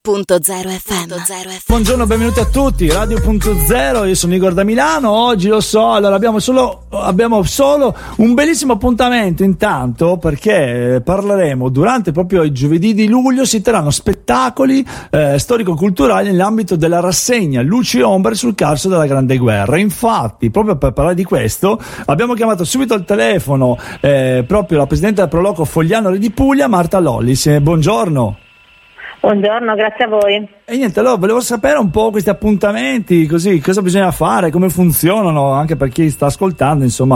Radio.0 FM. Buongiorno, benvenuti a tutti. Radio.0, io sono Igor da Milano. Oggi lo so, allora abbiamo solo un bellissimo appuntamento intanto, perché parleremo durante proprio i giovedì di luglio, si terranno spettacoli storico-culturali nell'ambito della rassegna Luci e Ombre sul Carso della Grande Guerra. Infatti, proprio per parlare di questo, abbiamo chiamato subito al telefono proprio la presidente del Proloco Fogliano Re di Puglia, Marta Lollis. Buongiorno. Buongiorno, grazie a voi. E niente, allora volevo sapere un po' questi appuntamenti, così, cosa bisogna fare, come funzionano, anche per chi sta ascoltando, insomma,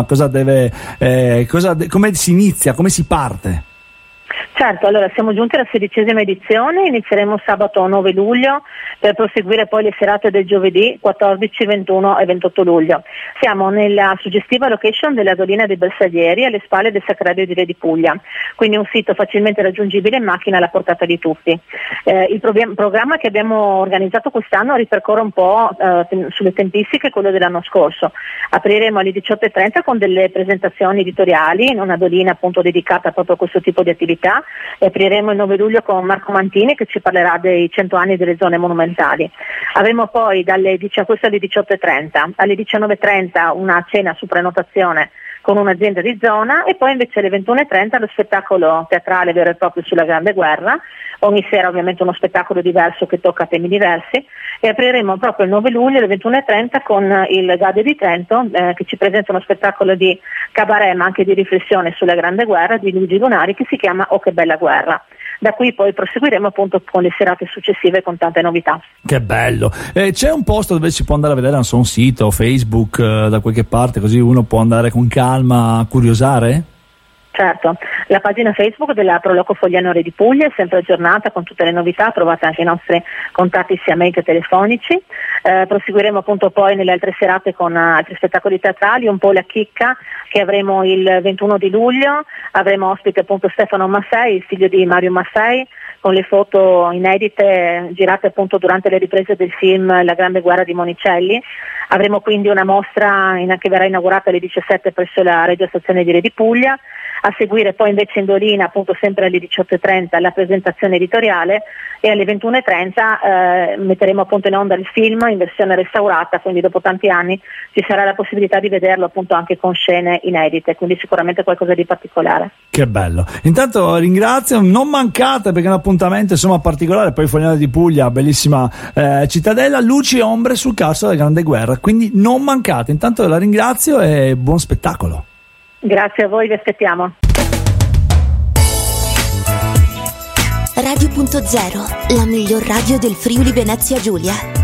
come si inizia, come si parte. Certo, allora siamo giunti alla 16ª edizione, inizieremo sabato 9 luglio per proseguire poi le serate del giovedì 14, 21 e 28 luglio. Siamo nella suggestiva location della Dolina dei Bersaglieri, alle spalle del Sacrario di Re di Puglia, quindi un sito facilmente raggiungibile in macchina alla portata di tutti. Il programma che abbiamo organizzato quest'anno ripercorre un po' sulle tempistiche quello dell'anno scorso. Apriremo alle 18:30 con delle presentazioni editoriali in una dolina appunto dedicata proprio a questo tipo di attività. E apriremo il 9 luglio con Marco Mantini che ci parlerà dei 100 anni delle zone monumentali. Avremo poi questo alle 18:30, alle 19:30 una cena su prenotazione con un'azienda di zona e poi invece alle 21:30 lo spettacolo teatrale vero e proprio sulla Grande Guerra, ogni sera ovviamente uno spettacolo diverso che tocca temi diversi, e apriremo proprio il 9 luglio alle 21:30 con il Gadio di Trento che ci presenta uno spettacolo di cabaret ma anche di riflessione sulla Grande Guerra di Luigi Lunari che si chiama Oh che bella guerra. Da qui poi proseguiremo appunto con le serate successive con tante novità. Che bello! C'è un posto dove si può andare a vedere, non so, un sito, Facebook, da qualche parte, così uno può andare con calma a curiosare? Certo, la pagina Facebook della Proloco Fogliano Re di Puglia è sempre aggiornata con tutte le novità, trovate anche i nostri contatti sia mail che telefonici. Proseguiremo appunto poi nelle altre serate con altri spettacoli teatrali, un po' la chicca che avremo il 21 di luglio, avremo ospite appunto Stefano Maffei, il figlio di Mario Maffei, con le foto inedite girate appunto durante le riprese del film La Grande Guerra di Monicelli. Avremo quindi una mostra che verrà inaugurata alle 17 presso la Regia Stazione di Re di Puglia. A seguire poi invece in Dolina, appunto sempre alle 18:30, la presentazione editoriale e alle 21:30 metteremo appunto in onda il film in versione restaurata, quindi dopo tanti anni ci sarà la possibilità di vederlo appunto anche con scene inedite, quindi sicuramente qualcosa di particolare. Che bello! Intanto ringrazio, non mancate perché è un appuntamento insomma particolare, poi Fogliano di Puglia, bellissima cittadella, luci e ombre sul Carso della Grande Guerra, quindi non mancate. Intanto la ringrazio e buon spettacolo. Grazie a voi, vi aspettiamo. Radio.0, la miglior radio del Friuli Venezia Giulia.